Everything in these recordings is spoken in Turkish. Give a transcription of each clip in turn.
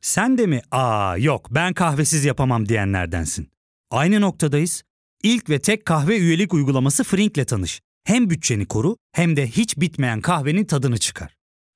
Sen de mi yok ben kahvesiz yapamam diyenlerdensin? Aynı noktadayız. İlk ve tek kahve üyelik uygulaması Frink'le tanış. Hem bütçeni koru hem de hiç bitmeyen kahvenin tadını çıkar.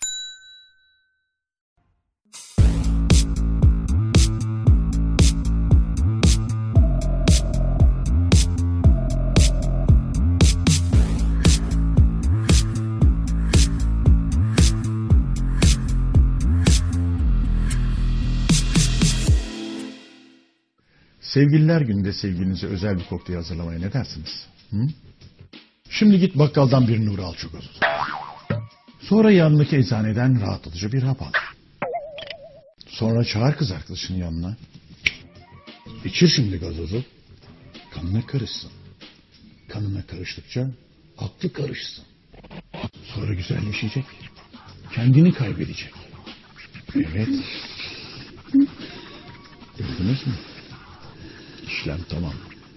Sevgililer gününde sevgilinize özel bir kokteyl hazırlamaya ne dersiniz? Hı? Şimdi git bakkaldan bir Nuri al çok gazoz. Sonra yanındaki eczaneden rahatlatıcı bir hap al. Sonra çağır kız arkadaşının yanına. İçir şimdi gazozu. Kanına karışsın. Kanına karıştıkça aklı karışsın. Sonra güzelleşecek. Kendini kaybedecek. Evet. Gördünüz mü? İşlem tamam.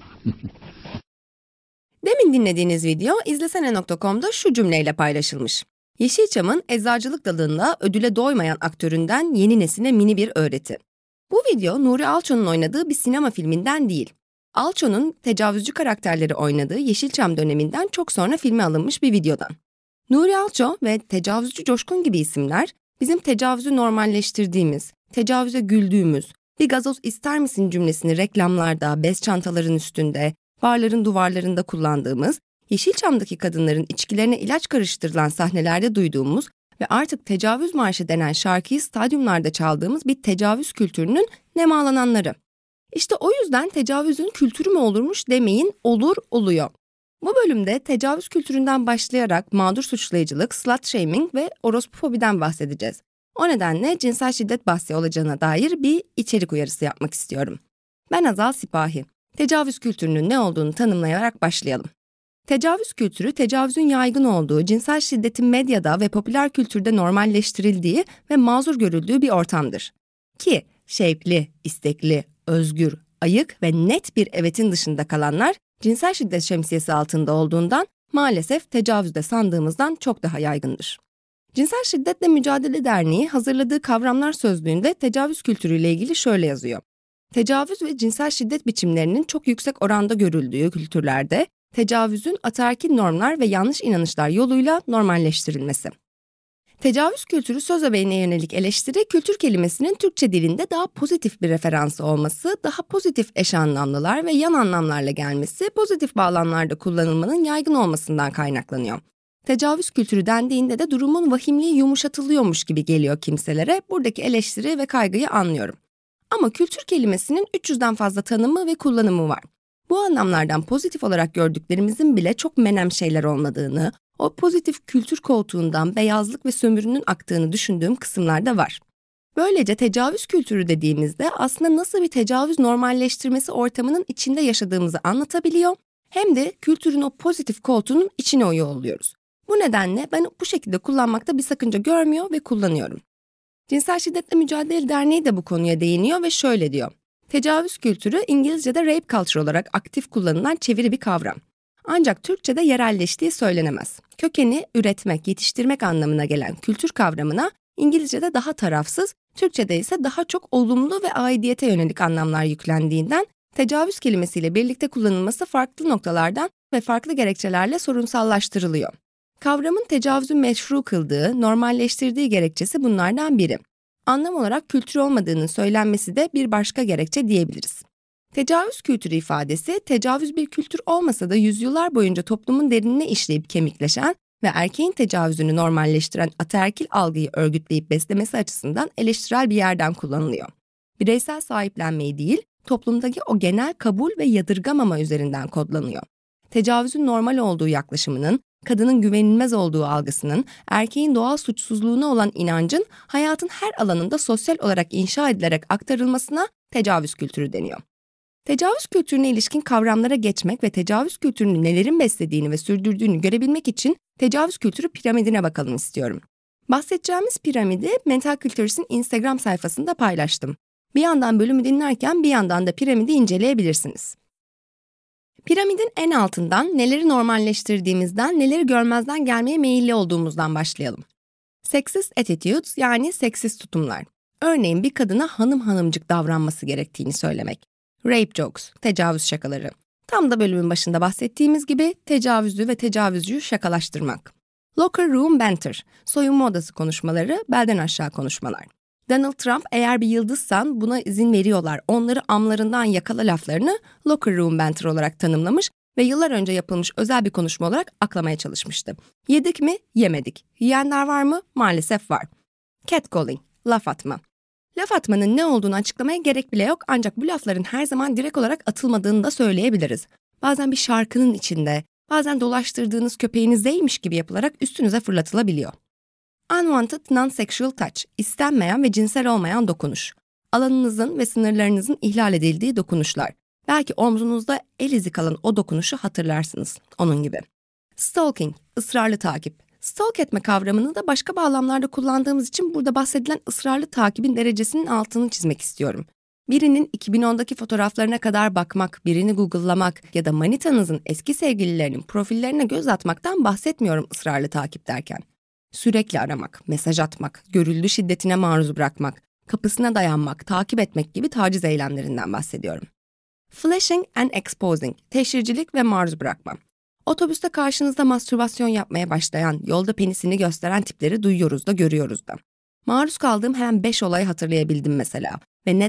Demin dinlediğiniz video izlesene.com'da şu cümleyle paylaşılmış. Yeşilçam'ın eczacılık dalında ödüle doymayan aktöründen yeni nesile mini bir öğreti. Bu video Nuri Alço'nun oynadığı bir sinema filminden değil. Alço'nun tecavüzcü karakterleri oynadığı Yeşilçam döneminden çok sonra filme alınmış bir videodan. Nuri Alço ve tecavüzcü Coşkun gibi isimler bizim tecavüzü normalleştirdiğimiz, tecavüze güldüğümüz, bir gazoz ister misin cümlesini reklamlarda, bez çantaların üstünde, barların duvarlarında kullandığımız, Yeşilçam'daki kadınların içkilerine ilaç karıştırılan sahnelerde duyduğumuz ve artık tecavüz marşı denen şarkıyı stadyumlarda çaldığımız bir tecavüz kültürünün nemalananları. İşte o yüzden tecavüzün kültürü mü olurmuş demeyin, olur, oluyor. Bu bölümde tecavüz kültüründen başlayarak mağdur suçlayıcılık, slut shaming ve orospofobiden bahsedeceğiz. O nedenle cinsel şiddet bahsi olacağına dair bir içerik uyarısı yapmak istiyorum. Ben Azal Sipahi. Tecavüz kültürünün ne olduğunu tanımlayarak başlayalım. Tecavüz kültürü, tecavüzün yaygın olduğu, cinsel şiddetin medyada ve popüler kültürde normalleştirildiği ve mazur görüldüğü bir ortamdır. Ki şevkli, istekli, özgür, ayık ve net bir evetin dışında kalanlar cinsel şiddet şemsiyesi altında olduğundan maalesef tecavüzde sandığımızdan çok daha yaygındır. Cinsel Şiddetle Mücadele Derneği hazırladığı kavramlar sözlüğünde tecavüz kültürüyle ilgili şöyle yazıyor. Tecavüz ve cinsel şiddet biçimlerinin çok yüksek oranda görüldüğü kültürlerde tecavüzün ataerkil normlar ve yanlış inanışlar yoluyla normalleştirilmesi. Tecavüz kültürü söz öbeğine yönelik eleştiri, kültür kelimesinin Türkçe dilinde daha pozitif bir referansı olması, daha pozitif eş anlamlılar ve yan anlamlarla gelmesi, pozitif bağlamlarda kullanılmanın yaygın olmasından kaynaklanıyor. Tecavüz kültürü dendiğinde de durumun vahimliği yumuşatılıyormuş gibi geliyor kimselere. Buradaki eleştiri ve kaygıyı anlıyorum. Ama kültür kelimesinin 300'den fazla tanımı ve kullanımı var. Bu anlamlardan pozitif olarak gördüklerimizin bile çok menem şeyler olmadığını, o pozitif kültür koltuğundan beyazlık ve sömürünün aktığını düşündüğüm kısımlar da var. Böylece tecavüz kültürü dediğimizde aslında nasıl bir tecavüz normalleştirmesi ortamının içinde yaşadığımızı anlatabiliyor, hem de kültürün o pozitif koltuğunun içine uyuyor oluyoruz. Bu nedenle ben bu şekilde kullanmakta bir sakınca görmüyor ve kullanıyorum. Cinsel Şiddetle Mücadele Derneği de bu konuya değiniyor ve şöyle diyor. Tecavüz kültürü İngilizce'de rape culture olarak aktif kullanılan çeviri bir kavram. Ancak Türkçe'de yerelleştiği söylenemez. Kökeni üretmek, yetiştirmek anlamına gelen kültür kavramına İngilizce'de daha tarafsız, Türkçe'de ise daha çok olumlu ve aidiyete yönelik anlamlar yüklendiğinden tecavüz kelimesiyle birlikte kullanılması farklı noktalardan ve farklı gerekçelerle sorunsallaştırılıyor. Kavramın tecavüzü meşru kıldığı, normalleştirdiği gerekçesi bunlardan biri. Anlam olarak kültür olmadığının söylenmesi de bir başka gerekçe diyebiliriz. Tecavüz kültürü ifadesi, tecavüz bir kültür olmasa da yüzyıllar boyunca toplumun derinine işleyip kemikleşen ve erkeğin tecavüzünü normalleştiren ataerkil algıyı örgütleyip beslemesi açısından eleştirel bir yerden kullanılıyor. Bireysel sahiplenmeyi değil, toplumdaki o genel kabul ve yadırgamama üzerinden kodlanıyor. Tecavüzün normal olduğu yaklaşımının, kadının güvenilmez olduğu algısının, erkeğin doğal suçsuzluğuna olan inancın hayatın her alanında sosyal olarak inşa edilerek aktarılmasına tecavüz kültürü deniyor. Tecavüz kültürüne ilişkin kavramlara geçmek ve tecavüz kültürünün nelerin beslediğini ve sürdürdüğünü görebilmek için tecavüz kültürü piramidine bakalım istiyorum. Bahsedeceğimiz piramidi Mental Cultures'in Instagram sayfasında paylaştım. Bir yandan bölümü dinlerken bir yandan da piramidi inceleyebilirsiniz. Piramidin en altından neleri normalleştirdiğimizden, neleri görmezden gelmeye meyilli olduğumuzdan başlayalım. Sexist attitudes yani seksist tutumlar. Örneğin bir kadına hanım hanımcık davranması gerektiğini söylemek. Rape jokes, tecavüz şakaları. Tam da bölümün başında bahsettiğimiz gibi tecavüzlü ve tecavüzcüyü şakalaştırmak. Locker room banter, soyunma odası konuşmaları, belden aşağı konuşmalar. Donald Trump eğer bir yıldızsan buna izin veriyorlar. Onları amlarından yakala laflarını locker room banter olarak tanımlamış ve yıllar önce yapılmış özel bir konuşma olarak aklamaya çalışmıştı. Yedik mi? Yemedik. Yiyenler var mı? Maalesef var. Catcalling, laf atma. Laf atmanın ne olduğunu açıklamaya gerek bile yok ancak bu lafların her zaman direkt olarak atılmadığını da söyleyebiliriz. Bazen bir şarkının içinde, bazen dolaştırdığınız köpeğinizdeymiş gibi yapılarak üstünüze fırlatılabiliyor. Unwanted non-sexual touch, istenmeyen ve cinsel olmayan dokunuş. Alanınızın ve sınırlarınızın ihlal edildiği dokunuşlar. Belki omzunuzda el izi kalan o dokunuşu hatırlarsınız, onun gibi. Stalking, ısrarlı takip. Stalk etme kavramını da başka bağlamlarda kullandığımız için burada bahsedilen ısrarlı takibin derecesinin altını çizmek istiyorum. Birinin 2010'daki fotoğraflarına kadar bakmak, birini Google'lamak ya da manitanızın eski sevgililerinin profillerine göz atmaktan bahsetmiyorum ısrarlı takip derken. Sürekli aramak, mesaj atmak, görüldü şiddetine maruz bırakmak, kapısına dayanmak, takip etmek gibi taciz eylemlerinden bahsediyorum. Flashing and exposing, teşhircilik ve maruz bırakma. Otobüste karşınızda mastürbasyon yapmaya başlayan, yolda penisini gösteren tipleri duyuyoruz da görüyoruz da. Maruz kaldığım hemen 5 olayı hatırlayabildim mesela. Ve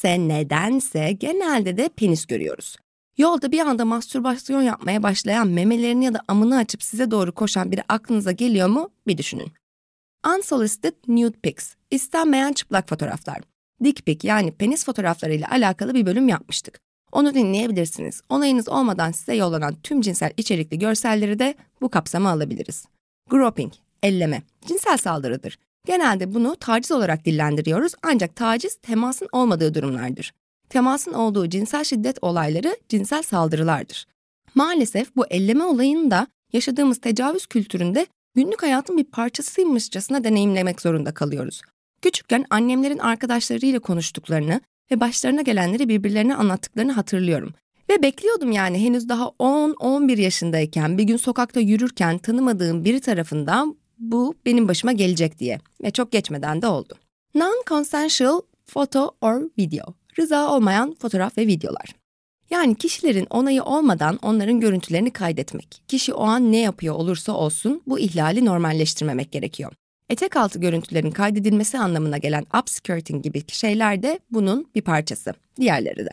nedense genelde de penis görüyoruz. Yolda bir anda mastürbasyon yapmaya başlayan, memelerini ya da amını açıp size doğru koşan biri aklınıza geliyor mu? Bir düşünün. Unsolicited nude pics, istenmeyen çıplak fotoğraflar. Dick pic yani penis fotoğraflarıyla alakalı bir bölüm yapmıştık. Onu dinleyebilirsiniz. Onayınız olmadan size yollanan tüm cinsel içerikli görselleri de bu kapsama alabiliriz. Groping, elleme, cinsel saldırıdır. Genelde bunu taciz olarak dillendiriyoruz ancak taciz temasın olmadığı durumlardır. Temasın olduğu cinsel şiddet olayları cinsel saldırılardır. Maalesef bu elleme olayını da yaşadığımız tecavüz kültüründe günlük hayatın bir parçasıymışçasına deneyimlemek zorunda kalıyoruz. Küçükken annemlerin arkadaşlarıyla konuştuklarını ve başlarına gelenleri birbirlerine anlattıklarını hatırlıyorum. Ve bekliyordum yani henüz daha 10-11 yaşındayken bir gün sokakta yürürken tanımadığım biri tarafından bu benim başıma gelecek diye. Ve çok geçmeden de oldu. Non-consensual photo or video. Rıza olmayan fotoğraf ve videolar. Yani kişilerin onayı olmadan onların görüntülerini kaydetmek. Kişi o an ne yapıyor olursa olsun bu ihlali normalleştirmemek gerekiyor. Etek altı görüntülerin kaydedilmesi anlamına gelen upskirting gibi şeyler de bunun bir parçası. Diğerleri de.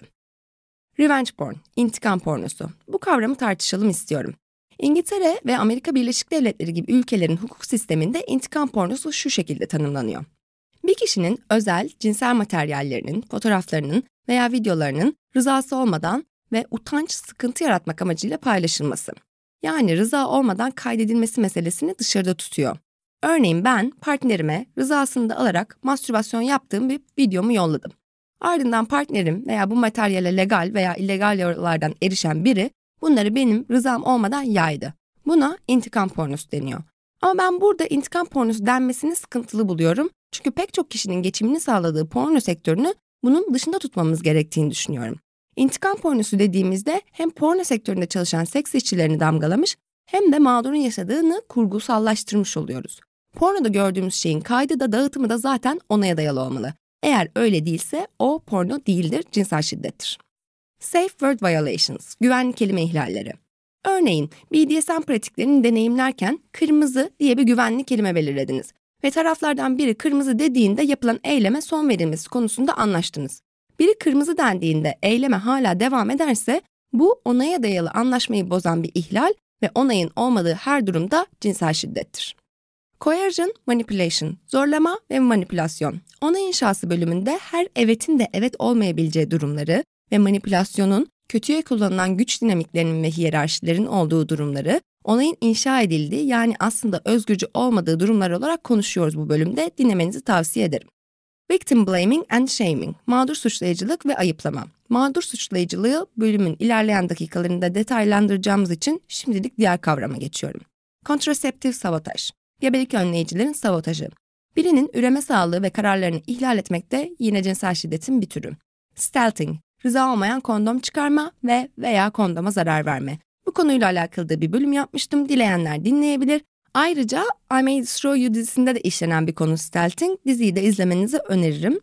Revenge porn, intikam pornosu. Bu kavramı tartışalım istiyorum. İngiltere ve Amerika Birleşik Devletleri gibi ülkelerin hukuk sisteminde intikam pornosu şu şekilde tanımlanıyor. Bir kişinin özel cinsel materyallerinin, fotoğraflarının veya videolarının rızası olmadan ve utanç, sıkıntı yaratmak amacıyla paylaşılması. Yani rıza olmadan kaydedilmesi meselesini dışarıda tutuyor. Örneğin ben partnerime rızasını da alarak mastürbasyon yaptığım bir videomu yolladım. Ardından partnerim veya bu materyale legal veya illegal yollardan erişen biri bunları benim rızam olmadan yaydı. Buna intikam pornosu deniyor. Ama ben burada intikam pornosu denmesini sıkıntılı buluyorum. Çünkü pek çok kişinin geçimini sağladığı porno sektörünü bunun dışında tutmamız gerektiğini düşünüyorum. İntikam pornosu dediğimizde hem porno sektöründe çalışan seks işçilerini damgalamış hem de mağdurun yaşadığını kurgusallaştırmış oluyoruz. Pornoda gördüğümüz şeyin kaydı da dağıtımı da zaten onaya dayalı olmalı. Eğer öyle değilse o porno değildir, cinsel şiddettir. Safe word violations, güvenli kelime ihlalleri. Örneğin BDSM pratiklerini deneyimlerken kırmızı diye bir güvenli kelime belirlediniz ve taraflardan biri kırmızı dediğinde yapılan eyleme son verilmesi konusunda anlaştınız. Biri kırmızı dendiğinde eyleme hala devam ederse bu onaya dayalı anlaşmayı bozan bir ihlal ve onayın olmadığı her durumda cinsel şiddettir. Coercion, manipulation, zorlama ve manipülasyon. Onay inşası bölümünde her evetin de evet olmayabileceği durumları ve manipülasyonun kötüye kullanılan güç dinamiklerinin ve hiyerarşilerin olduğu durumları, onayın inşa edildiği yani aslında özgürce olmadığı durumlar olarak konuşuyoruz bu bölümde, dinlemenizi tavsiye ederim. Victim blaming and shaming, mağdur suçlayıcılık ve ayıplama. Mağdur suçlayıcılığı bölümün ilerleyen dakikalarında detaylandıracağımız için şimdilik diğer kavrama geçiyorum. Kontraseptif sabotaj, gebelik önleyicilerin sabotajı. Birinin üreme sağlığı ve kararlarını ihlal etmek de yine cinsel şiddetin bir türü. Stealthing, rıza olmayan kondom çıkarma ve veya kondoma zarar verme. Bu konuyla alakalı da bir bölüm yapmıştım, dileyenler dinleyebilir. Ayrıca I May Destroy You dizisinde de işlenen bir konu stealthing, diziyi de izlemenizi öneririm.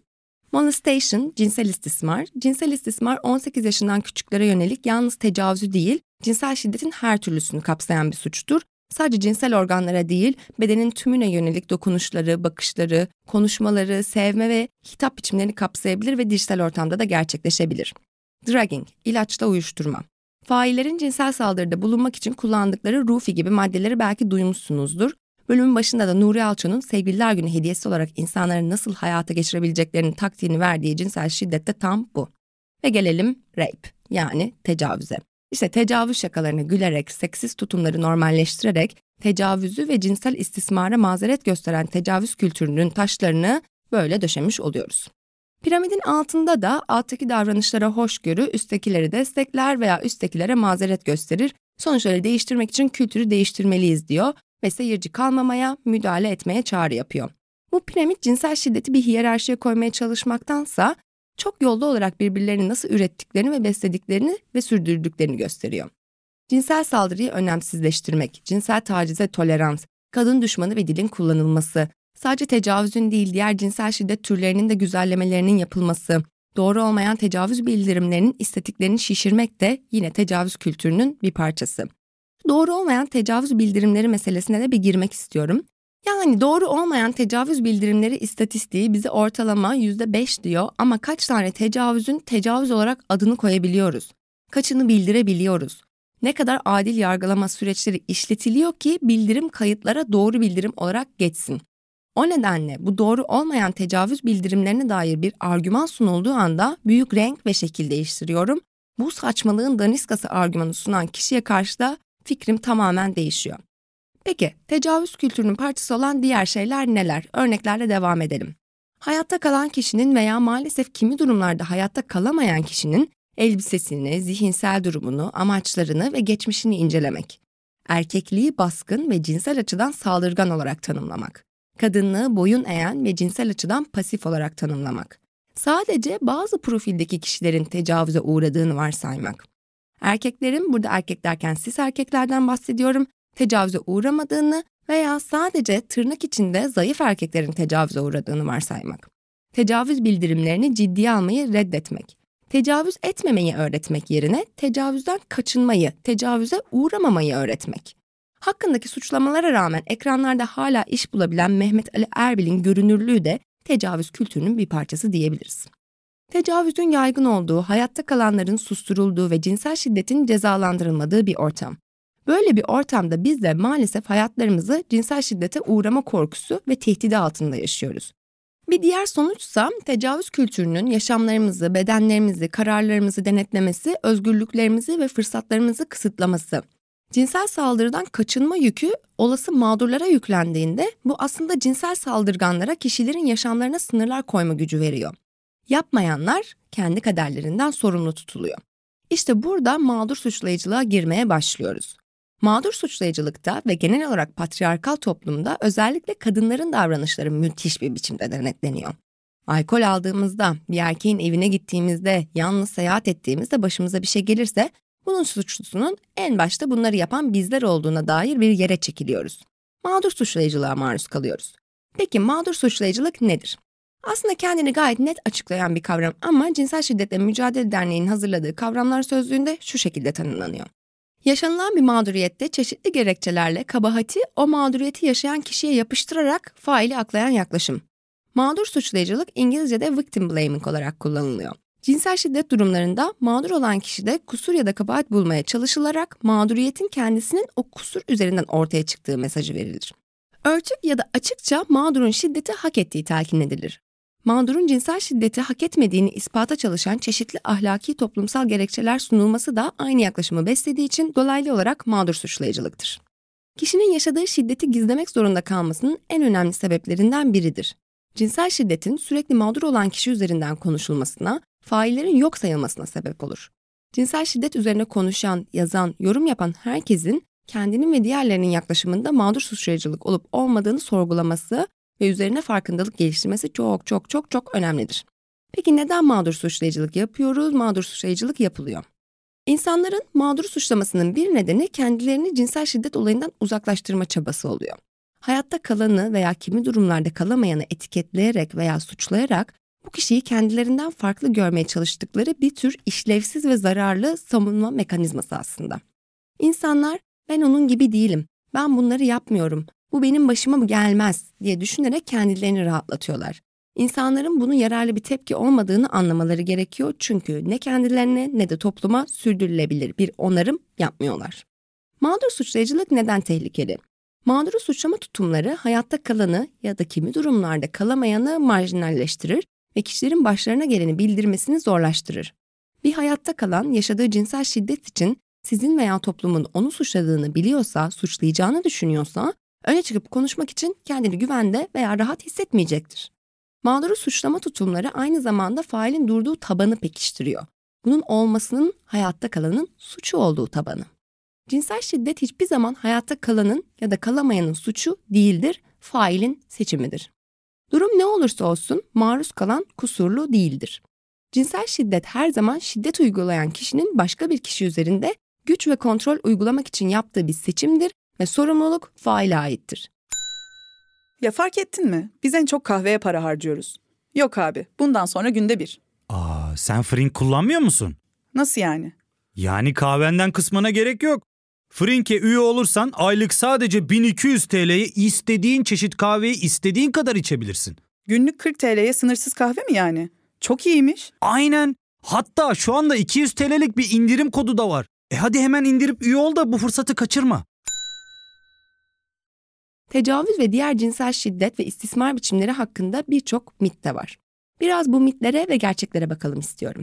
Molestation, cinsel istismar. Cinsel istismar 18 yaşından küçüklere yönelik yalnız tecavüzü değil, cinsel şiddetin her türlüsünü kapsayan bir suçtur. Sadece cinsel organlara değil, bedenin tümüne yönelik dokunuşları, bakışları, konuşmaları, sevme ve hitap biçimlerini kapsayabilir ve dijital ortamda da gerçekleşebilir. Drugging, ilaçla uyuşturma. Faillerin cinsel saldırıda bulunmak için kullandıkları Rufi gibi maddeleri belki duymuşsunuzdur. Bölümün başında da Nuri Alço'nun Sevgililer Günü hediyesi olarak insanların nasıl hayata geçirebileceklerinin taktiğini verdiği cinsel şiddet de tam bu. Ve gelelim rape, yani tecavüze. İşte tecavüz şakalarını gülerek, seksist tutumları normalleştirerek, tecavüzü ve cinsel istismara mazeret gösteren tecavüz kültürünün taşlarını böyle döşemiş oluyoruz. Piramidin altında da alttaki davranışlara hoşgörü, üsttekileri destekler veya üsttekilere mazeret gösterir. Sonuçları değiştirmek için kültürü değiştirmeliyiz diyor ve seyirci kalmamaya, müdahale etmeye çağrı yapıyor. Bu piramit cinsel şiddeti bir hiyerarşiye koymaya çalışmaktansa çok yolda olarak birbirlerini nasıl ürettiklerini ve beslediklerini ve sürdürdüklerini gösteriyor. Cinsel saldırıyı önemsizleştirmek, cinsel tacize tolerans, kadın düşmanı ve dilin kullanılması, sadece tecavüzün değil diğer cinsel şiddet türlerinin de güzellemelerinin yapılması, doğru olmayan tecavüz bildirimlerinin istatiklerini şişirmek de yine tecavüz kültürünün bir parçası. Doğru olmayan tecavüz bildirimleri meselesine de bir girmek istiyorum. Yani doğru olmayan tecavüz bildirimleri istatistiği bize ortalama %5 diyor ama kaç tane tecavüzün tecavüz olarak adını koyabiliyoruz? Kaçını bildirebiliyoruz? Ne kadar adil yargılama süreçleri işletiliyor ki bildirim kayıtlara doğru bildirim olarak geçsin? O nedenle bu doğru olmayan tecavüz bildirimlerine dair bir argüman sunulduğu anda büyük renk ve şekil değiştiriyorum. Bu saçmalığın daniskası argümanı sunan kişiye karşı da fikrim tamamen değişiyor. Peki, tecavüz kültürünün parçası olan diğer şeyler neler? Örneklerle devam edelim. Hayatta kalan kişinin veya maalesef kimi durumlarda hayatta kalamayan kişinin elbisesini, zihinsel durumunu, amaçlarını ve geçmişini incelemek. Erkekliği baskın ve cinsel açıdan saldırgan olarak tanımlamak. Kadınlığı boyun eğen ve cinsel açıdan pasif olarak tanımlamak. Sadece bazı profildeki kişilerin tecavüze uğradığını varsaymak. Erkeklerin, burada erkek derken cis erkeklerden bahsediyorum, tecavüze uğramadığını veya sadece tırnak içinde zayıf erkeklerin tecavüze uğradığını varsaymak. Tecavüz bildirimlerini ciddiye almayı reddetmek. Tecavüz etmemeyi öğretmek yerine tecavüzden kaçınmayı, tecavüze uğramamayı öğretmek. Hakkındaki suçlamalara rağmen ekranlarda hala iş bulabilen Mehmet Ali Erbil'in görünürlüğü de tecavüz kültürünün bir parçası diyebiliriz. Tecavüzün yaygın olduğu, hayatta kalanların susturulduğu ve cinsel şiddetin cezalandırılmadığı bir ortam. Böyle bir ortamda biz de maalesef hayatlarımızı cinsel şiddete uğrama korkusu ve tehdidi altında yaşıyoruz. Bir diğer sonuçsa tecavüz kültürünün yaşamlarımızı, bedenlerimizi, kararlarımızı denetlemesi, özgürlüklerimizi ve fırsatlarımızı kısıtlaması. Cinsel saldırıdan kaçınma yükü olası mağdurlara yüklendiğinde bu aslında cinsel saldırganlara kişilerin yaşamlarına sınırlar koyma gücü veriyor. Yapmayanlar kendi kaderlerinden sorumlu tutuluyor. İşte burada mağdur suçlayıcılığa girmeye başlıyoruz. Mağdur suçlayıcılıkta ve genel olarak patriarkal toplumda özellikle kadınların davranışları müthiş bir biçimde denetleniyor. Alkol aldığımızda, bir erkeğin evine gittiğimizde, yalnız seyahat ettiğimizde başımıza bir şey gelirse bunun suçlusunun en başta bunları yapan bizler olduğuna dair bir yere çekiliyoruz. Mağdur suçlayıcılığa maruz kalıyoruz. Peki mağdur suçlayıcılık nedir? Aslında kendini gayet net açıklayan bir kavram ama Cinsel Şiddetle Mücadele Derneği'nin hazırladığı kavramlar sözlüğünde şu şekilde tanımlanıyor. Yaşanılan bir mağduriyette çeşitli gerekçelerle kabahati o mağduriyeti yaşayan kişiye yapıştırarak faili aklayan yaklaşım. Mağdur suçlayıcılık İngilizce'de victim blaming olarak kullanılıyor. Cinsel şiddet durumlarında mağdur olan kişide kusur ya da kabahat bulmaya çalışılarak mağduriyetin kendisinin o kusur üzerinden ortaya çıktığı mesajı verilir. Örtük ya da açıkça mağdurun şiddeti hak ettiği telkin edilir. Mağdurun cinsel şiddeti hak etmediğini ispata çalışan çeşitli ahlaki toplumsal gerekçeler sunulması da aynı yaklaşımı beslediği için dolaylı olarak mağdur suçlayıcılıktır. Kişinin yaşadığı şiddeti gizlemek zorunda kalmasının en önemli sebeplerinden biridir. Cinsel şiddetin sürekli mağdur olan kişi üzerinden konuşulmasına, faillerin yok sayılmasına sebep olur. Cinsel şiddet üzerine konuşan, yazan, yorum yapan herkesin kendinin ve diğerlerinin yaklaşımında mağdur suçlayıcılık olup olmadığını sorgulaması ve üzerine farkındalık geliştirmesi çok önemlidir. Peki neden mağdur suçlayıcılık yapıyoruz, mağdur suçlayıcılık yapılıyor? İnsanların mağdur suçlamasının bir nedeni kendilerini cinsel şiddet olayından uzaklaştırma çabası oluyor. Hayatta kalanı veya kimi durumlarda kalamayanı etiketleyerek veya suçlayarak Bu kişiyi kendilerinden farklı görmeye çalıştıkları bir tür işlevsiz ve zararlı savunma mekanizması aslında. İnsanlar ben onun gibi değilim, ben bunları yapmıyorum, bu benim başıma gelmez diye düşünerek kendilerini rahatlatıyorlar. İnsanların bunun yararlı bir tepki olmadığını anlamaları gerekiyor çünkü ne kendilerine ne de topluma sürdürülebilir bir onarım yapmıyorlar. Mağdur suçlayıcılık neden tehlikeli? Mağduru suçlama tutumları hayatta kalanı ya da kimi durumlarda kalamayanı marjinalleştirir ve kişilerin başlarına geleni bildirmesini zorlaştırır. Bir hayatta kalan yaşadığı cinsel şiddet için sizin veya toplumun onu suçladığını biliyorsa, suçlayacağını düşünüyorsa, öne çıkıp konuşmak için kendini güvende veya rahat hissetmeyecektir. Mağduru suçlama tutumları aynı zamanda failin durduğu tabanı pekiştiriyor. Bunun olmasının hayatta kalanın suçu olduğu tabanı. Cinsel şiddet hiçbir zaman hayatta kalanın ya da kalamayanın suçu değildir, failin seçimidir. Durum ne olursa olsun maruz kalan kusurlu değildir. Cinsel şiddet her zaman şiddet uygulayan kişinin başka bir kişi üzerinde güç ve kontrol uygulamak için yaptığı bir seçimdir ve sorumluluk faile aittir. Ya fark ettin mi? Biz en çok kahveye para harcıyoruz. Yok abi, bundan sonra günde bir. Sen Frink kullanmıyor musun? Nasıl yani? Yani kahvenden kısmına gerek yok. Frink'e üye olursan aylık sadece 1200 TL'ye istediğin çeşit kahveyi istediğin kadar içebilirsin. Günlük 40 TL'ye sınırsız kahve mi yani? Çok iyiymiş. Aynen. Hatta şu anda 200 TL'lik bir indirim kodu da var. Hadi hemen indirip üye ol da bu fırsatı kaçırma. Tecavüz ve diğer cinsel şiddet ve istismar biçimleri hakkında birçok mit de var. Biraz bu mitlere ve gerçeklere bakalım istiyorum.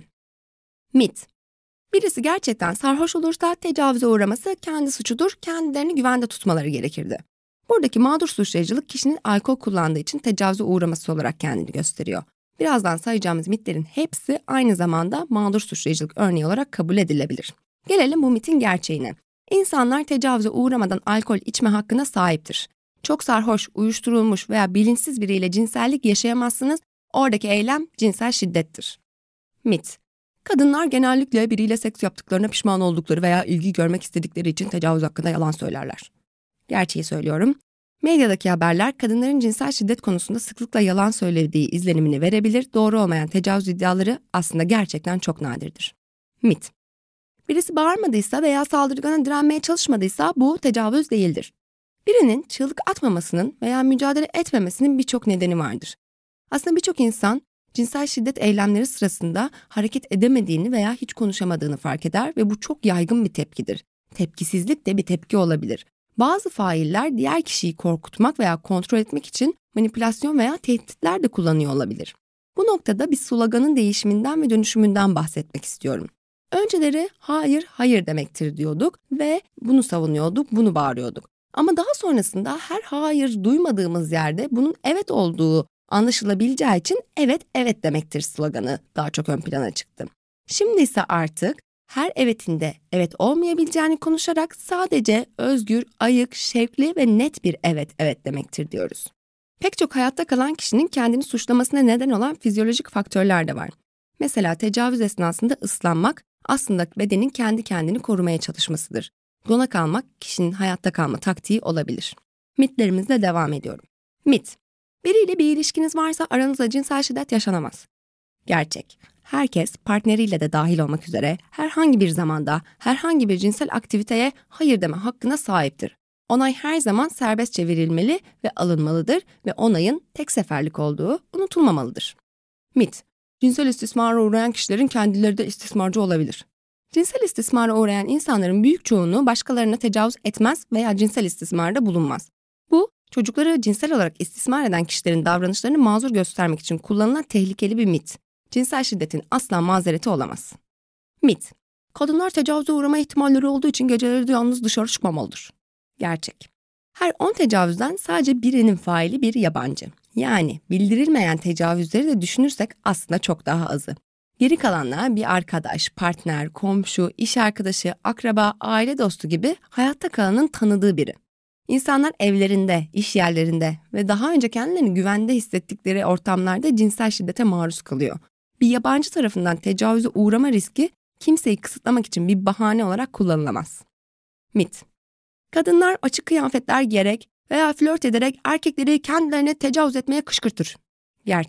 Mit. Birisi gerçekten sarhoş olursa tecavüze uğraması kendi suçudur, kendilerini güvende tutmaları gerekirdi. Buradaki mağdur suçlayıcılık kişinin alkol kullandığı için tecavüze uğraması olarak kendini gösteriyor. Birazdan sayacağımız mitlerin hepsi aynı zamanda mağdur suçlayıcılık örneği olarak kabul edilebilir. Gelelim bu mitin gerçeğine. İnsanlar tecavüze uğramadan alkol içme hakkına sahiptir. Çok sarhoş, uyuşturulmuş veya bilinçsiz biriyle cinsellik yaşayamazsınız, oradaki eylem cinsel şiddettir. Mit. Kadınlar genellikle biriyle seks yaptıklarına pişman oldukları veya ilgi görmek istedikleri için tecavüz hakkında yalan söylerler. Gerçeği söylüyorum. Medyadaki haberler kadınların cinsel şiddet konusunda sıklıkla yalan söylediği izlenimini verebilir, doğru olmayan tecavüz iddiaları aslında gerçekten çok nadirdir. Mit. Birisi bağırmadıysa veya saldırgana direnmeye çalışmadıysa bu tecavüz değildir. Birinin çığlık atmamasının veya mücadele etmemesinin birçok nedeni vardır. Aslında birçok insan cinsel şiddet eylemleri sırasında hareket edemediğini veya hiç konuşamadığını fark eder ve bu çok yaygın bir tepkidir. Tepkisizlik de bir tepki olabilir. Bazı failler diğer kişiyi korkutmak veya kontrol etmek için manipülasyon veya tehditler de kullanıyor olabilir. Bu noktada bir sloganın değişiminden ve dönüşümünden bahsetmek istiyorum. Önceleri hayır, hayır demektir diyorduk ve bunu savunuyorduk, bunu bağırıyorduk. Ama daha sonrasında her hayır duymadığımız yerde bunun evet olduğu anlaşılabileceği için evet, evet demektir sloganı daha çok ön plana çıktı. Şimdi ise artık her evetinde evet olmayabileceğini konuşarak sadece özgür, ayık, şevkli ve net bir evet, evet demektir diyoruz. Pek çok hayatta kalan kişinin kendini suçlamasına neden olan fizyolojik faktörler de var. Mesela tecavüz esnasında ıslanmak aslında bedenin kendi kendini korumaya çalışmasıdır. Dona kalmak kişinin hayatta kalma taktiği olabilir. Mitlerimizle devam ediyorum. Mit. Biriyle bir ilişkiniz varsa aranızda cinsel şiddet yaşanamaz. Gerçek. Herkes partneriyle de dahil olmak üzere herhangi bir zamanda herhangi bir cinsel aktiviteye hayır deme hakkına sahiptir. Onay her zaman serbestçe verilmeli ve alınmalıdır ve onayın tek seferlik olduğu unutulmamalıdır. Mit. Cinsel istismara uğrayan kişilerin kendileri de istismarcı olabilir. Cinsel istismara uğrayan insanların büyük çoğunluğu başkalarına tecavüz etmez veya cinsel istismarda bulunmaz. Bu, çocukları cinsel olarak istismar eden kişilerin davranışlarını mazur göstermek için kullanılan tehlikeli bir mit. Cinsel şiddetin asla mazereti olamaz. Mit. Kadınlar tecavüze uğrama ihtimalleri olduğu için geceleri de yalnız dışarı çıkmamalıdır. Gerçek. Her 10 tecavüzden sadece birinin faili bir yabancı. Yani bildirilmeyen tecavüzleri de düşünürsek aslında çok daha azı. Geri kalanlar bir arkadaş, partner, komşu, iş arkadaşı, akraba, aile dostu gibi hayatta kalanın tanıdığı biri. İnsanlar evlerinde, iş yerlerinde ve daha önce kendilerini güvende hissettikleri ortamlarda cinsel şiddete maruz kalıyor. Bir yabancı tarafından tecavüze uğrama riski kimseyi kısıtlamak için bir bahane olarak kullanılamaz. Mit. Kadınlar açık kıyafetler giyerek veya flört ederek erkekleri kendilerine tecavüz etmeye kışkırtır. Gerçek.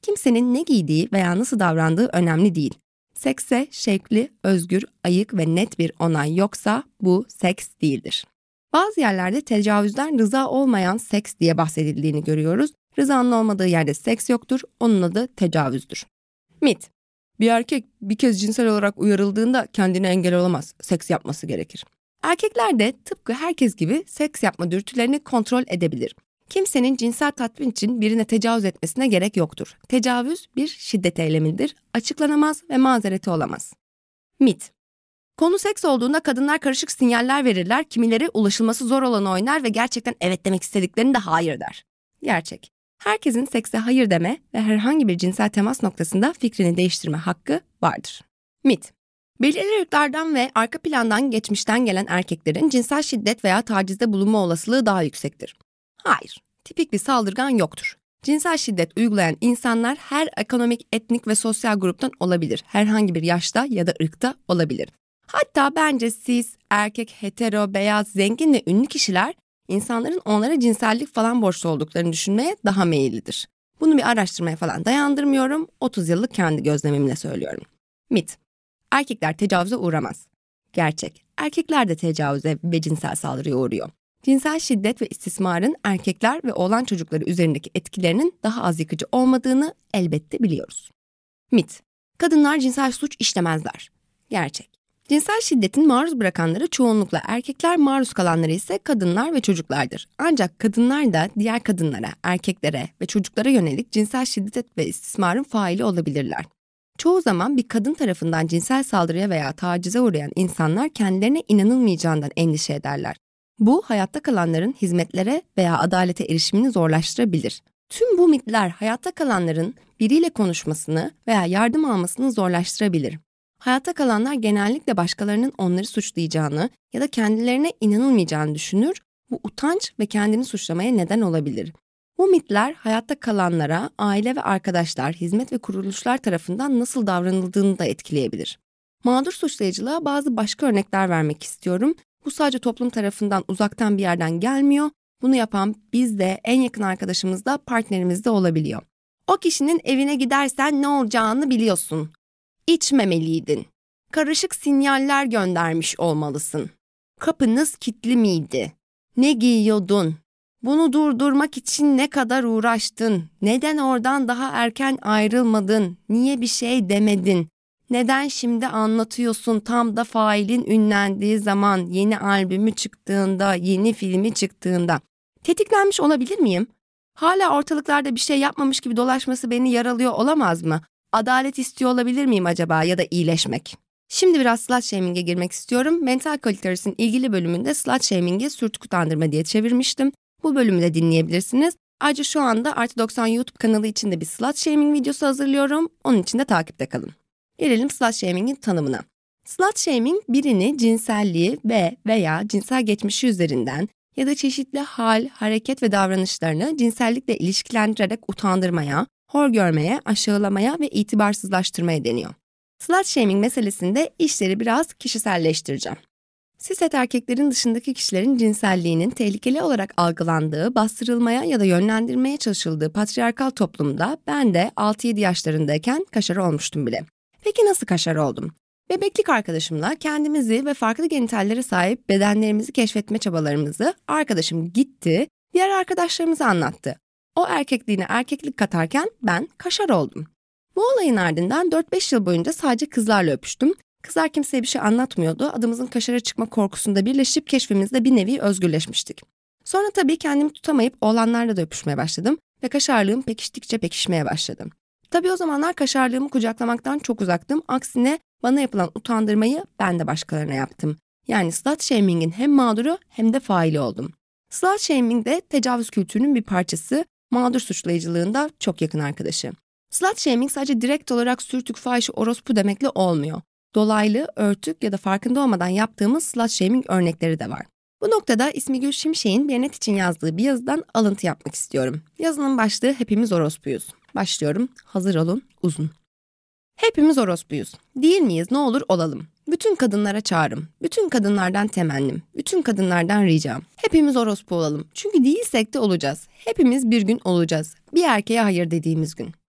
Kimsenin ne giydiği veya nasıl davrandığı önemli değil. Sekse şevkli, özgür, ayık ve net bir onay yoksa bu seks değildir. Bazı yerlerde tecavüzden rıza olmayan seks diye bahsedildiğini görüyoruz. Rızanın olmadığı yerde seks yoktur, onun adı tecavüzdür. Mit: bir erkek bir kez cinsel olarak uyarıldığında kendine engel olamaz, seks yapması gerekir. Erkekler de tıpkı herkes gibi seks yapma dürtülerini kontrol edebilir. Kimsenin cinsel tatmin için birine tecavüz etmesine gerek yoktur. Tecavüz bir şiddet eylemidir, açıklanamaz ve mazereti olamaz. Mit: konu seks olduğunda kadınlar karışık sinyaller verirler, kimileri ulaşılması zor olanı oynar ve gerçekten evet demek istediklerini de hayır der. Gerçek: herkesin sekse hayır deme ve herhangi bir cinsel temas noktasında fikrini değiştirme hakkı vardır. Mit: belirli ırklardan ve arka plandan geçmişten gelen erkeklerin cinsel şiddet veya tacizde bulunma olasılığı daha yüksektir. Hayır, tipik bir saldırgan yoktur. Cinsel şiddet uygulayan insanlar her ekonomik, etnik ve sosyal gruptan olabilir. Herhangi bir yaşta ya da ırkta olabilir. Hatta bence cis, erkek, hetero, beyaz, zengin ve ünlü kişiler insanların onlara cinsellik falan borçlu olduklarını düşünmeye daha meyillidir. Bunu bir araştırmaya falan dayandırmıyorum, 30 yıllık kendi gözlemimle söylüyorum. Mit: erkekler tecavüze uğramaz. Gerçek: erkekler de tecavüze ve cinsel saldırıya uğruyor. Cinsel şiddet ve istismarın erkekler ve oğlan çocukları üzerindeki etkilerinin daha az yıkıcı olmadığını elbette biliyoruz. Mit: kadınlar cinsel suç işlemezler. Gerçek: cinsel şiddetin maruz bırakanları çoğunlukla erkekler, maruz kalanları ise kadınlar ve çocuklardır. Ancak kadınlar da diğer kadınlara, erkeklere ve çocuklara yönelik cinsel şiddet ve istismarın faili olabilirler. Çoğu zaman bir kadın tarafından cinsel saldırıya veya tacize uğrayan insanlar kendilerine inanılmayacağından endişe ederler. Bu, hayatta kalanların hizmetlere veya adalete erişimini zorlaştırabilir. Tüm bu mitler hayatta kalanların biriyle konuşmasını veya yardım almasını zorlaştırabilir. Hayatta kalanlar genellikle başkalarının onları suçlayacağını ya da kendilerine inanılmayacağını düşünür, bu utanç ve kendini suçlamaya neden olabilir. Bu mitler hayatta kalanlara aile ve arkadaşlar, hizmet ve kuruluşlar tarafından nasıl davranıldığını da etkileyebilir. Mağdur suçlayıcılığa bazı başka örnekler vermek istiyorum. Bu sadece toplum tarafından uzaktan bir yerden gelmiyor. Bunu yapan biz de, en yakın arkadaşımız da, partnerimiz de olabiliyor. O kişinin evine gidersen ne olacağını biliyorsun. İçmemeliydin. Karışık sinyaller göndermiş olmalısın. Kapınız kilitli miydi? Ne giyiyordun? Bunu durdurmak için ne kadar uğraştın? Neden oradan daha erken ayrılmadın? Niye bir şey demedin? Neden şimdi anlatıyorsun tam da failin ünlendiği zaman, yeni albümü çıktığında, yeni filmi çıktığında? Tetiklenmiş olabilir miyim? Hala ortalıklarda bir şey yapmamış gibi dolaşması beni yaralıyor olamaz mı? Adalet istiyor olabilir miyim acaba ya da iyileşmek? Şimdi biraz slut shaming'e girmek istiyorum. Mental Kalitarius'un ilgili bölümünde slut shaming'i sürtük utandırma diye çevirmiştim. Bu bölümü de dinleyebilirsiniz. Ayrıca şu anda Artı 90 YouTube kanalı için de bir slut shaming videosu hazırlıyorum. Onun için de takipte kalın. Gelelim slut shaming'in tanımına. Slut shaming, birini cinselliği ve veya cinsel geçmişi üzerinden ya da çeşitli hal, hareket ve davranışlarını cinsellikle ilişkilendirerek utandırmaya, hor görmeye, aşağılamaya ve itibarsızlaştırmaya deniyor. Slut shaming meselesinde işleri biraz kişiselleştireceğim. Cishet erkeklerin dışındaki kişilerin cinselliğinin tehlikeli olarak algılandığı, bastırılmaya ya da yönlendirmeye çalışıldığı patriarkal toplumda ben de 6-7 yaşlarındayken kaşar olmuştum bile. Peki nasıl kaşar oldum? Bebeklik arkadaşımla kendimizi ve farklı genitallere sahip bedenlerimizi keşfetme çabalarımızı arkadaşım gitti, diğer arkadaşlarımıza anlattı. O erkekliğine erkeklik katarken ben kaşar oldum. Bu olayın ardından 4-5 yıl boyunca sadece kızlarla öpüştüm. Kızlar kimseye bir şey anlatmıyordu. Adımızın kaşara çıkma korkusunda birleşip keşfimizde bir nevi özgürleşmiştik. Sonra tabii kendimi tutamayıp oğlanlarla da öpüşmeye başladım ve kaşarlığım pekiştikçe pekişmeye başladım. Tabii o zamanlar kaşarlığımı kucaklamaktan çok uzaktım. Aksine bana yapılan utandırmayı ben de başkalarına yaptım. Yani slut shaming'in hem mağduru hem de faili oldum. Slut shaming de tecavüz kültürünün bir parçası, mağdur suçlayıcılığında çok yakın arkadaşı. Slut shaming sadece direkt olarak sürtük, fahiş, orospu demekle olmuyor. Dolaylı, örtük ya da farkında olmadan yaptığımız slut shaming örnekleri de var. Bu noktada İsmigül Şimşek'in Biyanet için yazdığı bir yazıdan alıntı yapmak istiyorum. Yazının başlığı hepimiz orospuyuz. Başlıyorum. Hazır olun, uzun. Hepimiz orospuyuz. Değil miyiz? Ne olur olalım. Bütün kadınlara çağrım. Bütün kadınlardan temennim. Bütün kadınlardan ricam. Hepimiz orospu olalım. Çünkü değilsek de olacağız. Hepimiz bir gün olacağız. Bir erkeğe hayır dediğimiz gün.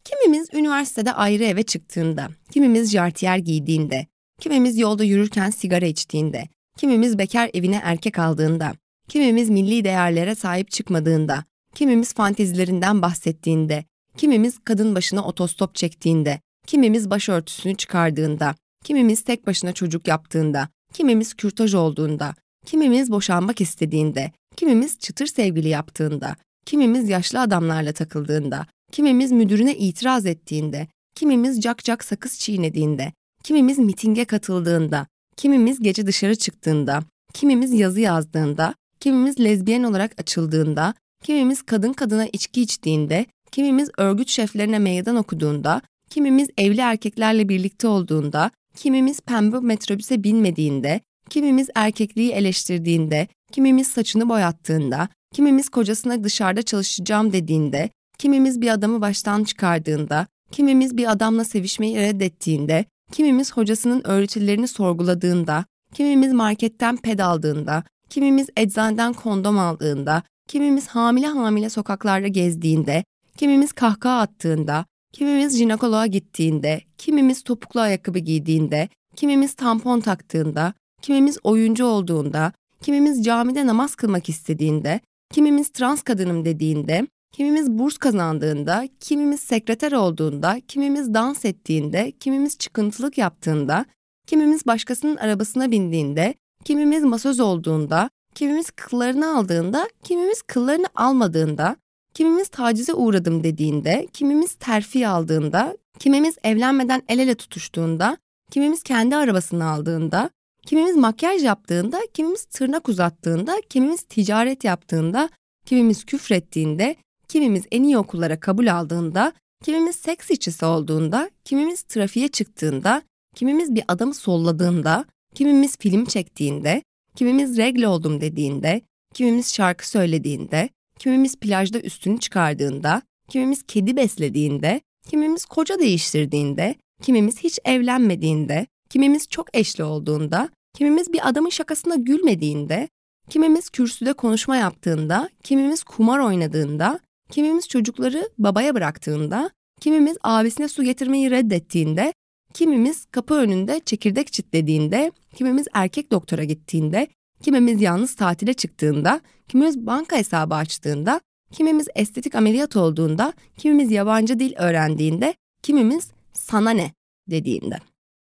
Kimimiz üniversitede ayrı eve çıktığında, kimimiz jartiyer giydiğinde, kimimiz yolda yürürken sigara içtiğinde, kimimiz bekar evine erkek aldığında, kimimiz milli değerlere sahip çıkmadığında, kimimiz fantezilerinden bahsettiğinde, kimimiz kadın başına otostop çektiğinde, kimimiz başörtüsünü çıkardığında, kimimiz tek başına çocuk yaptığında, kimimiz kürtaj olduğunda, kimimiz boşanmak istediğinde, kimimiz çıtır sevgili yaptığında, kimimiz yaşlı adamlarla takıldığında, kimimiz müdürüne itiraz ettiğinde, kimimiz cak sakız çiğnediğinde, kimimiz mitinge katıldığında, kimimiz gece dışarı çıktığında, kimimiz yazı yazdığında, kimimiz lezbiyen olarak açıldığında, kimimiz kadın kadına içki içtiğinde, kimimiz örgüt şeflerine meydan okuduğunda, kimimiz evli erkeklerle birlikte olduğunda, kimimiz pembe metrobüse binmediğinde, kimimiz erkekliği eleştirdiğinde, kimimiz saçını boyattığında, kimimiz kocasına dışarıda çalışacağım dediğinde, kimimiz bir adamı baştan çıkardığında, kimimiz bir adamla sevişmeyi reddettiğinde, kimimiz hocasının öğretilerini sorguladığında, kimimiz marketten ped aldığında, kimimiz eczaneden kondom aldığında, kimimiz hamile sokaklarda gezdiğinde, kimimiz kahkaha attığında, kimimiz jinekoloğa gittiğinde, kimimiz topuklu ayakkabı giydiğinde, kimimiz tampon taktığında, kimimiz oyuncu olduğunda, kimimiz camide namaz kılmak istediğinde, kimimiz trans kadınım dediğinde, kimimiz burs kazandığında, kimimiz sekreter olduğunda, kimimiz dans ettiğinde, kimimiz çıkıntılık yaptığında, kimimiz başkasının arabasına bindiğinde, kimimiz masöz olduğunda, kimimiz kıllarını aldığında, kimimiz kıllarını almadığında, kimimiz tacize uğradım dediğinde, kimimiz terfi aldığında, kimimiz evlenmeden el ele tutuştuğunda, kimimiz kendi arabasını aldığında, kimimiz makyaj yaptığında, kimimiz tırnak uzattığında, kimimiz ticaret yaptığında, kimimiz küfrettiğinde, kimimiz en iyi okullara kabul aldığında, kimimiz seks işçisi olduğunda, kimimiz trafiğe çıktığında, kimimiz bir adamı solladığında, kimimiz film çektiğinde, kimimiz regle oldum dediğinde, kimimiz şarkı söylediğinde, kimimiz plajda üstünü çıkardığında, kimimiz kedi beslediğinde, kimimiz koca değiştirdiğinde, kimimiz hiç evlenmediğinde, kimimiz çok eşli olduğunda, kimimiz bir adamın şakasına gülmediğinde, kimimiz kürsüde konuşma yaptığında, kimimiz kumar oynadığında, kimimiz çocukları babaya bıraktığında, kimimiz abisine su getirmeyi reddettiğinde, kimimiz kapı önünde çekirdek çitlediğinde, kimimiz erkek doktora gittiğinde, kimimiz yalnız tatile çıktığında, kimimiz banka hesabı açtığında, kimimiz estetik ameliyat olduğunda, kimimiz yabancı dil öğrendiğinde, kimimiz sana ne dediğinde.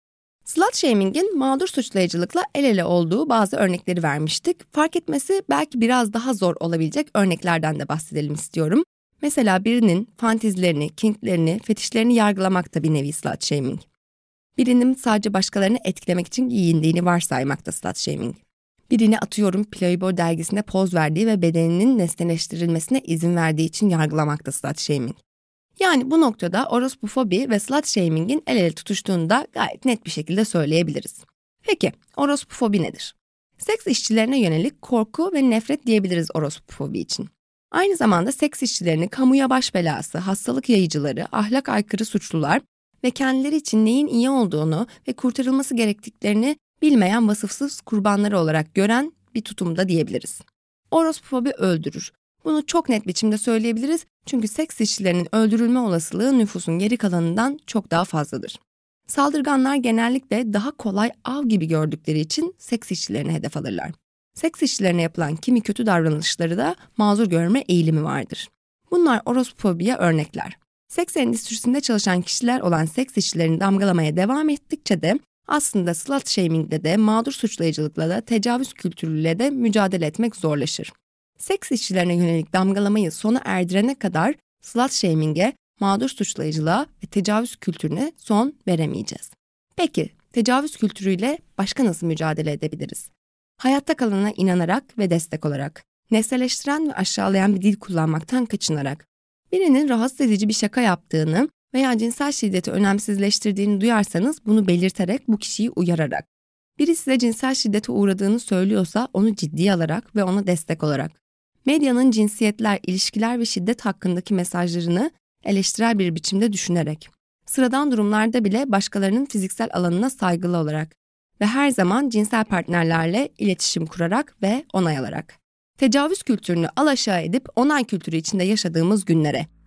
Slut shaming'in mağdur suçlayıcılıkla el ele olduğu bazı örnekleri vermiştik. Fark etmesi belki biraz daha zor olabilecek örneklerden de bahsedelim istiyorum. Mesela birinin fantezilerini, kinklerini, fetişlerini yargılamak da bir nevi slut shaming. Birinin sadece başkalarını etkilemek için giyindiğini varsaymak da slut shaming. Birini atıyorum Playboy dergisinde poz verdiği ve bedeninin nesneleştirilmesine izin verdiği için yargılamak da slut shaming. Yani bu noktada orospufobi ve slut shaming'in el ele tutuştuğunu da gayet net bir şekilde söyleyebiliriz. Peki, orospufobi nedir? Seks işçilerine yönelik korku ve nefret diyebiliriz orospufobi için. Aynı zamanda seks işçilerini kamuya baş belası, hastalık yayıcıları, ahlak aykırı suçlular ve kendileri için neyin iyi olduğunu ve kurtarılması gerektiklerini bilmeyen vasıfsız kurbanları olarak gören bir tutumda diyebiliriz. Orospufobi öldürür. Bunu çok net biçimde söyleyebiliriz çünkü seks işçilerinin öldürülme olasılığı nüfusun geri kalanından çok daha fazladır. Saldırganlar genellikle daha kolay av gibi gördükleri için seks işçilerini hedef alırlar. Seks işçilerine yapılan kimi kötü davranışları da mazur görme eğilimi vardır. Bunlar orospufobiye örnekler. Seks endüstrisinde çalışan kişiler olan seks işçilerini damgalamaya devam ettikçe de aslında slut shaming'de de mağdur suçlayıcılıkla da tecavüz kültürüyle de mücadele etmek zorlaşır. Seks işçilerine yönelik damgalamayı sona erdirene kadar slut shaming'e, mağdur suçlayıcılığa ve tecavüz kültürüne son veremeyeceğiz. Peki, tecavüz kültürüyle başka nasıl mücadele edebiliriz? Hayatta kalana inanarak ve destek olarak, nesneleştiren ve aşağılayan bir dil kullanmaktan kaçınarak, birinin rahatsız edici bir şaka yaptığını veya cinsel şiddeti önemsizleştirdiğini duyarsanız bunu belirterek bu kişiyi uyararak, biri size cinsel şiddete uğradığını söylüyorsa onu ciddiye alarak ve ona destek olarak, medyanın cinsiyetler, ilişkiler ve şiddet hakkındaki mesajlarını eleştirel bir biçimde düşünerek, sıradan durumlarda bile başkalarının fiziksel alanına saygılı olarak ve her zaman cinsel partnerlerle iletişim kurarak ve onay alarak. Tecavüz kültürünü alaşağı edip onay kültürü içinde yaşadığımız günlere,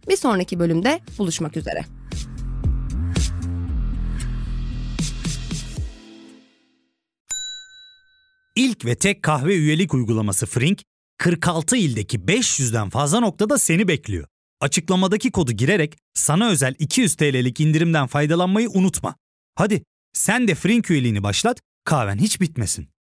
Bir sonraki bölümde buluşmak üzere. İlk ve tek kahve üyelik uygulaması Frink, 46 ildeki 500'den fazla noktada seni bekliyor. Açıklamadaki kodu girerek sana özel 200 TL'lik indirimden faydalanmayı unutma. Hadi sen de Frink üyeliğini başlat, kahven hiç bitmesin.